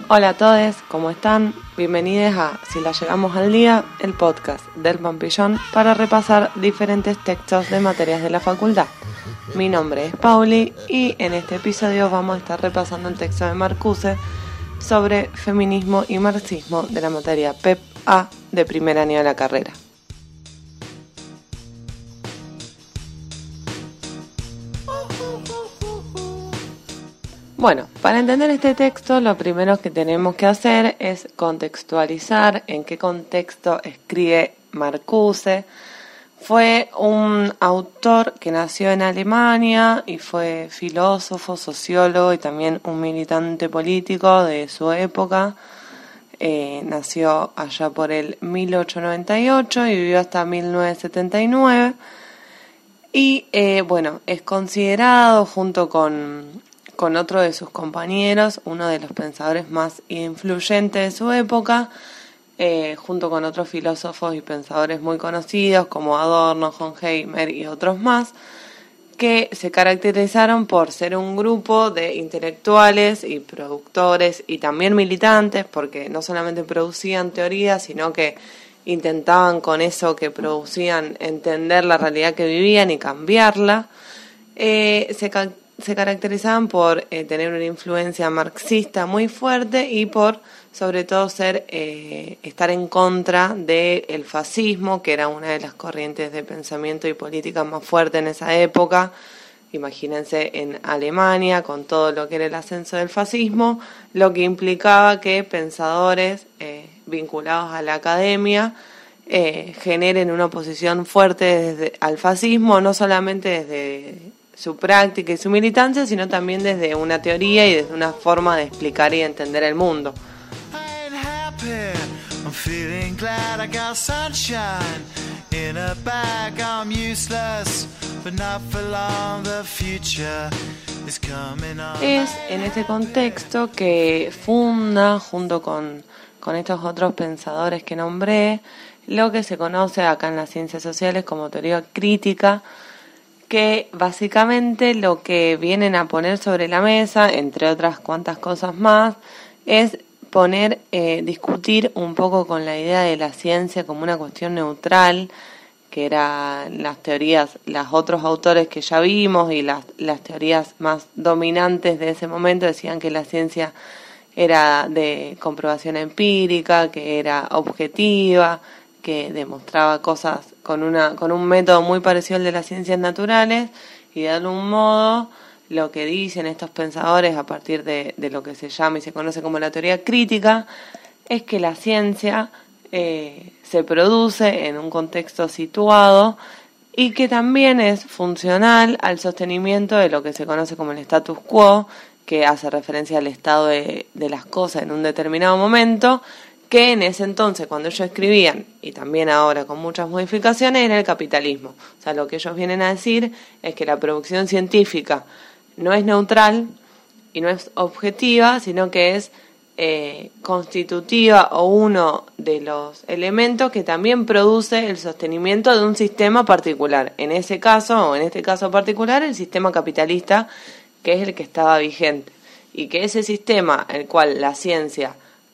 Hola a todos, ¿cómo están? Bienvenidos a Si la llegamos al día, el podcast del Pampillón para repasar diferentes textos de materias de la facultad. Mi nombre es Pauli y en este episodio vamos a estar repasando el texto de Marcuse sobre feminismo y marxismo de la materia PEP-A de primer año de la carrera. Bueno, para entender este texto lo primero que tenemos que hacer es contextualizar en qué contexto escribe Marcuse. Fue un autor que nació en Alemania y fue filósofo, sociólogo y también un militante político de su época. Nació allá por el 1898 y vivió hasta 1979. Y es considerado junto con otro de sus compañeros, uno de los pensadores más influyentes de su época, junto con otros filósofos y pensadores muy conocidos como Adorno, Horkheimer y otros más, que se caracterizaron por ser un grupo de intelectuales y productores y también militantes, porque no solamente producían teorías, sino que intentaban con eso que producían entender la realidad que vivían y cambiarla. Se caracterizaban por tener una influencia marxista muy fuerte y por, sobre todo, estar en contra del fascismo, que era una de las corrientes de pensamiento y política más fuerte en esa época. Imagínense en Alemania, con todo lo que era el ascenso del fascismo, lo que implicaba que pensadores vinculados a la academia generen una oposición fuerte al fascismo, no solamente desde su práctica y su militancia, sino también desde una teoría y desde una forma de explicar y entender el mundo. Es en este contexto que funda, junto con estos otros pensadores que nombré, lo que se conoce acá en las ciencias sociales como teoría crítica, que básicamente lo que vienen a poner sobre la mesa, entre otras cuantas cosas más, es discutir un poco con la idea de la ciencia como una cuestión neutral, que eran las teorías, los otros autores que ya vimos y las teorías más dominantes de ese momento decían que la ciencia era de comprobación empírica, que era objetiva, que demostraba cosas con un método muy parecido al de las ciencias naturales, y de algún modo lo que dicen estos pensadores a partir de lo que se llama y se conoce como la teoría crítica es que la ciencia se produce en un contexto situado y que también es funcional al sostenimiento de lo que se conoce como el status quo, que hace referencia al estado de las cosas en un determinado momento, que en ese entonces, cuando ellos escribían, y también ahora con muchas modificaciones, era el capitalismo. O sea, lo que ellos vienen a decir es que la producción científica no es neutral y no es objetiva, sino que es constitutiva o uno de los elementos que también produce el sostenimiento de un sistema particular. En ese caso, o en este caso particular, el sistema capitalista, que es el que estaba vigente. Y que ese sistema, el cual la ciencia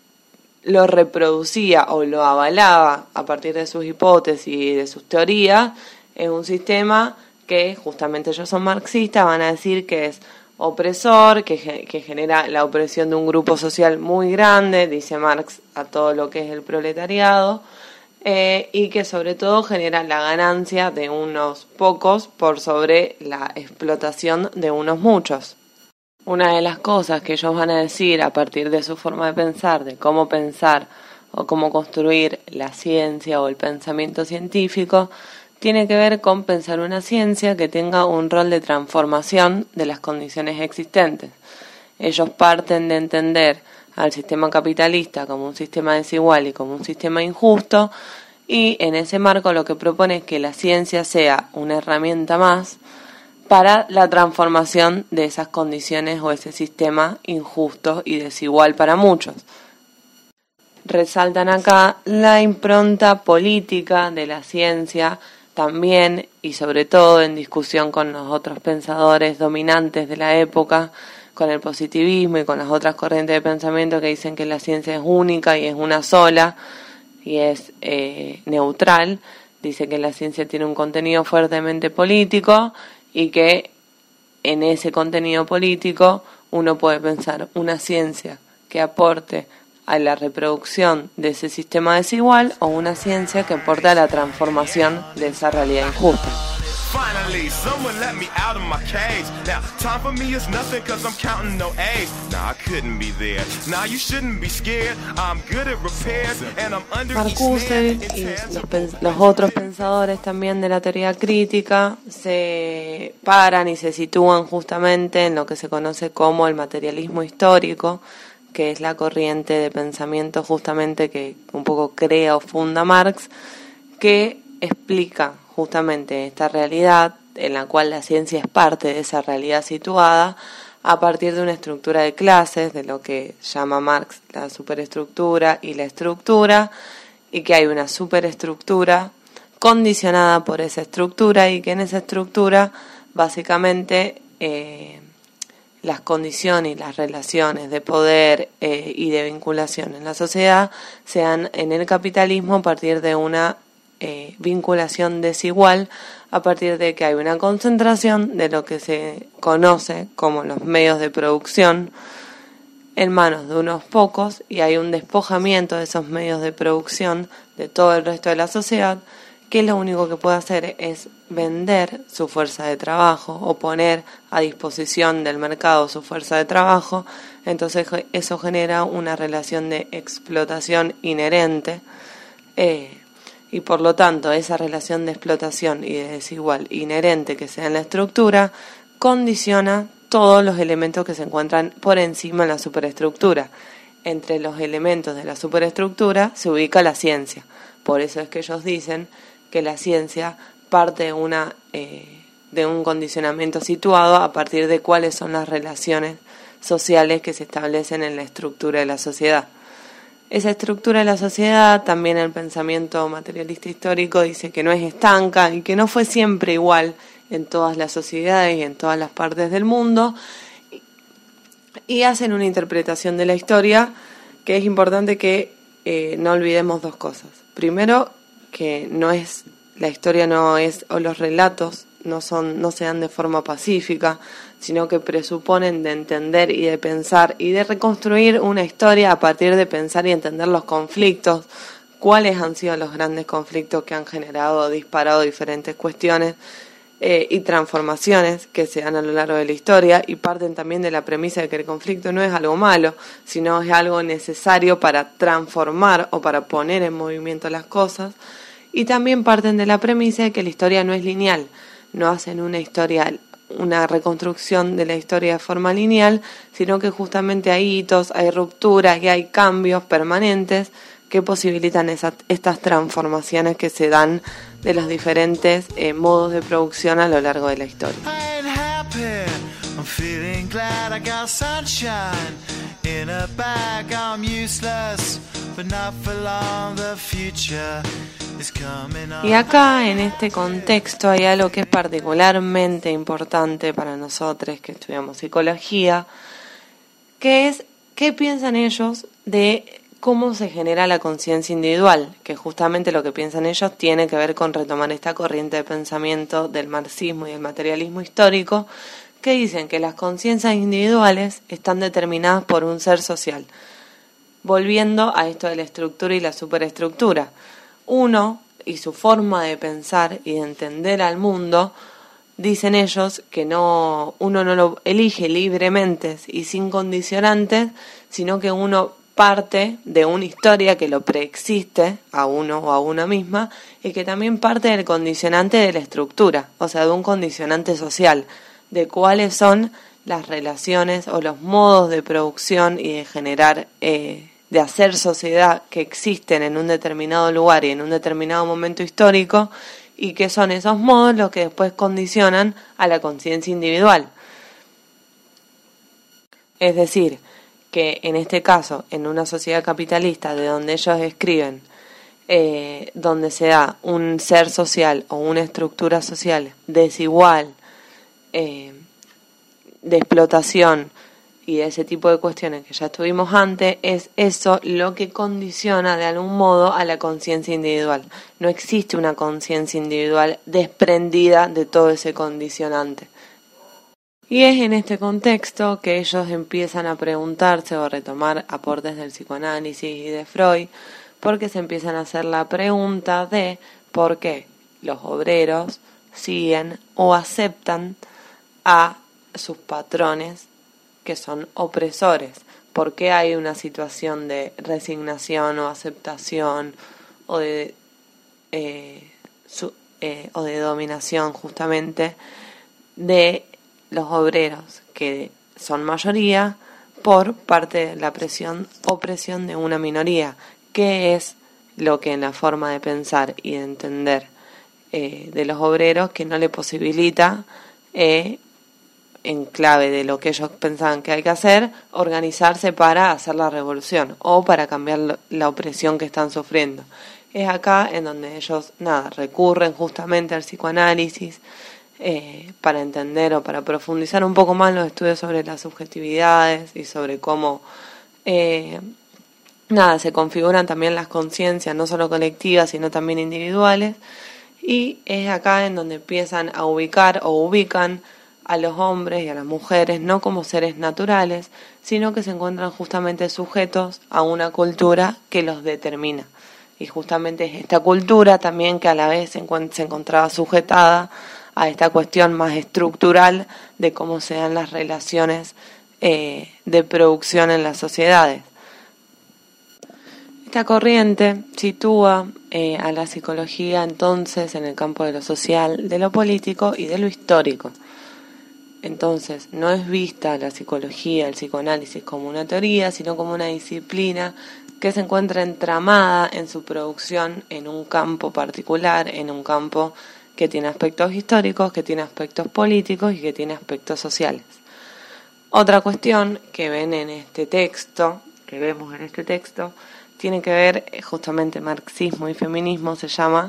lo reproducía o lo avalaba a partir de sus hipótesis y de sus teorías, es un sistema que justamente ellos son marxistas, van a decir que es opresor, que genera la opresión de un grupo social muy grande, dice Marx, a todo lo que es el proletariado, y que sobre todo genera la ganancia de unos pocos por sobre la explotación de unos muchos. Una de las cosas que ellos van a decir a partir de su forma de pensar, de cómo pensar o cómo construir la ciencia o el pensamiento científico, tiene que ver con pensar una ciencia que tenga un rol de transformación de las condiciones existentes. Ellos parten de entender al sistema capitalista como un sistema desigual y como un sistema injusto, y en ese marco lo que propone es que la ciencia sea una herramienta más para la transformación de esas condiciones o ese sistema injusto y desigual para muchos. Resaltan acá la impronta política de la ciencia también, y sobre todo en discusión con los otros pensadores dominantes de la época, con el positivismo y con las otras corrientes de pensamiento que dicen que la ciencia es única y es una sola y es neutral. Dice que la ciencia tiene un contenido fuertemente político y que en ese contenido político uno puede pensar una ciencia que aporte a la reproducción de ese sistema desigual o una ciencia que aporte a la transformación de esa realidad injusta. Finally, someone let me out of my cage. Now, time for me is nothing cause I'm counting no A's. Nah, I couldn't be there. Nah, you shouldn't be scared. I'm good at repairs and I'm under Marcuse y los otros pensadores también de la teoría crítica se paran y se sitúan justamente en lo que se conoce como el materialismo histórico, que es la corriente de pensamiento justamente que un poco crea o funda Marx, que explica justamente esta realidad en la cual la ciencia es parte de esa realidad situada a partir de una estructura de clases, de lo que llama Marx la superestructura y la estructura, y que hay una superestructura condicionada por esa estructura y que en esa estructura básicamente las condiciones y las relaciones de poder y de vinculación en la sociedad se dan en el capitalismo a partir de una vinculación desigual, a partir de que hay una concentración de lo que se conoce como los medios de producción en manos de unos pocos y hay un despojamiento de esos medios de producción de todo el resto de la sociedad, que lo único que puede hacer es vender su fuerza de trabajo o poner a disposición del mercado su fuerza de trabajo. Entonces eso genera una relación de explotación inherente y por lo tanto esa relación de explotación y de desigual inherente que se da en la estructura condiciona todos los elementos que se encuentran por encima de la superestructura. Entre los elementos de la superestructura se ubica la ciencia. Por eso es que ellos dicen que la ciencia parte de un condicionamiento situado a partir de cuáles son las relaciones sociales que se establecen en la estructura de la sociedad. Esa estructura de la sociedad, también el pensamiento materialista histórico dice que no es estanca y que no fue siempre igual en todas las sociedades y en todas las partes del mundo, y hacen una interpretación de la historia que es importante que no olvidemos dos cosas. Primero, que la historia no es, o los relatos no se dan de forma pacífica, sino que presuponen de entender y de pensar y de reconstruir una historia a partir de pensar y entender los conflictos, cuáles han sido los grandes conflictos que han generado, disparado diferentes cuestiones y transformaciones que se dan a lo largo de la historia, y parten también de la premisa de que el conflicto no es algo malo, sino es algo necesario para transformar o para poner en movimiento las cosas, y también parten de la premisa de que la historia no es lineal, no hacen una reconstrucción de la historia de forma lineal, sino que justamente hay hitos, hay rupturas y hay cambios permanentes que posibilitan estas transformaciones que se dan de los diferentes modos de producción a lo largo de la historia. Y acá, en este contexto, hay algo que es particularmente importante para nosotros que estudiamos psicología, que es qué piensan ellos de cómo se genera la conciencia individual, que justamente lo que piensan ellos tiene que ver con retomar esta corriente de pensamiento del marxismo y el materialismo histórico, que dicen que las conciencias individuales están determinadas por un ser social. Volviendo a esto de la estructura y la superestructura, uno y su forma de pensar y de entender al mundo, dicen ellos que uno no lo elige libremente y sin condicionantes, sino que uno parte de una historia que lo preexiste a uno o a una misma y que también parte del condicionante de la estructura, o sea, de un condicionante social, de cuáles son las relaciones o los modos de producción y de generar, de hacer sociedad que existen en un determinado lugar y en un determinado momento histórico, y que son esos modos los que después condicionan a la conciencia individual. Es decir, que en este caso, en una sociedad capitalista de donde ellos escriben, donde se da un ser social o una estructura social desigual, de explotación y ese tipo de cuestiones que ya estuvimos antes, es eso lo que condiciona de algún modo a la conciencia individual. No existe una conciencia individual desprendida de todo ese condicionante. Y es en este contexto que ellos empiezan a preguntarse o a retomar aportes del psicoanálisis y de Freud, porque se empiezan a hacer la pregunta de por qué los obreros siguen o aceptan a sus patrones que son opresores. ¿Por qué hay una situación de resignación o aceptación o de dominación justamente de los obreros, que son mayoría, por parte de la opresión de una minoría? ¿Qué es lo que en la forma de pensar y de entender de los obreros que no le posibilita, en clave de lo que ellos pensaban que hay que hacer, organizarse para hacer la revolución o para cambiar la opresión que están sufriendo? Es acá en donde ellos recurren justamente al psicoanálisis para entender o para profundizar un poco más los estudios sobre las subjetividades y sobre cómo se configuran también las conciencias, no solo colectivas sino también individuales. Y es acá en donde empiezan a ubican a los hombres y a las mujeres no como seres naturales, sino que se encuentran justamente sujetos a una cultura que los determina. Y justamente es esta cultura también que a la vez se encontraba sujetada a esta cuestión más estructural de cómo se dan las relaciones de producción en las sociedades. Esta corriente sitúa a la psicología entonces en el campo de lo social, de lo político y de lo histórico. Entonces, no es vista la psicología, el psicoanálisis como una teoría, sino como una disciplina que se encuentra entramada en su producción en un campo particular, en un campo que tiene aspectos históricos, que tiene aspectos políticos y que tiene aspectos sociales. Otra cuestión que vemos en este texto, tiene que ver justamente marxismo y feminismo, se llama,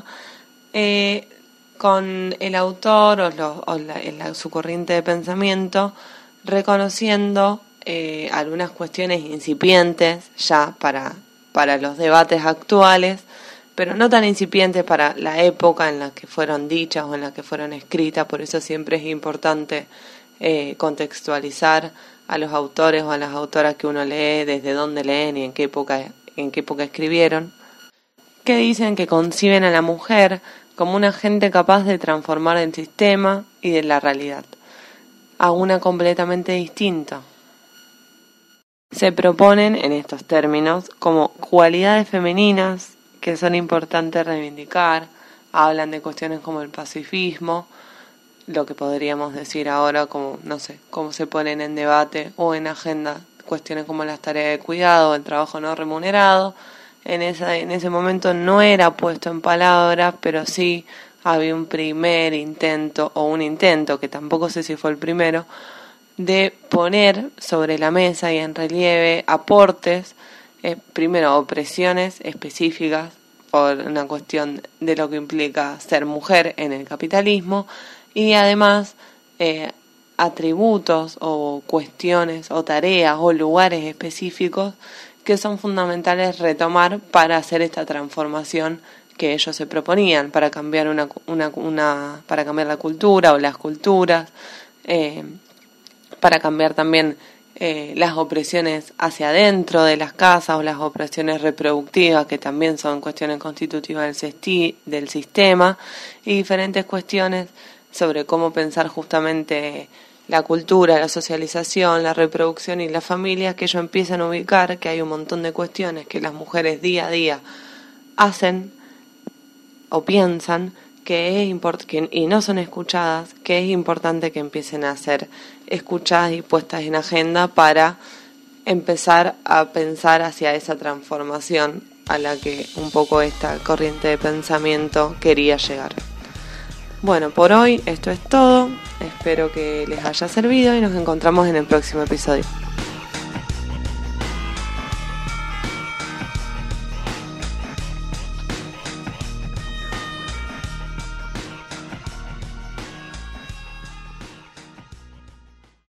con el autor su corriente de pensamiento, reconociendo algunas cuestiones incipientes ya para los debates actuales, pero no tan incipientes para la época en la que fueron dichas o en la que fueron escritas. Por eso siempre es importante contextualizar a los autores o a las autoras que uno lee, desde dónde leen y en qué época escribieron, que dicen que conciben a la mujer como un agente capaz de transformar el sistema y de la realidad a una completamente distinta. Se proponen en estos términos como cualidades femeninas que son importantes reivindicar. Hablan de cuestiones como el pacifismo, lo que podríamos decir ahora como, cómo se ponen en debate o en agenda cuestiones como las tareas de cuidado o el trabajo no remunerado. En ese momento no era puesto en palabras, pero sí había un primer intento, o un intento, que tampoco sé si fue el primero, de poner sobre la mesa y en relieve aportes, primero opresiones específicas por una cuestión de lo que implica ser mujer en el capitalismo, y además atributos o cuestiones o tareas o lugares específicos que son fundamentales retomar para hacer esta transformación que ellos se proponían, para cambiar para cambiar la cultura o las culturas, para cambiar también las opresiones hacia adentro de las casas o las opresiones reproductivas, que también son cuestiones constitutivas del sistema, y diferentes cuestiones sobre cómo pensar justamente la cultura, la socialización, la reproducción y la familia, que ellos empiezan a ubicar que hay un montón de cuestiones que las mujeres día a día hacen o piensan que y no son escuchadas, que es importante que empiecen a ser escuchadas y puestas en agenda para empezar a pensar hacia esa transformación a la que un poco esta corriente de pensamiento quería llegar. Bueno, por hoy esto es todo. Espero que les haya servido y nos encontramos en el próximo episodio.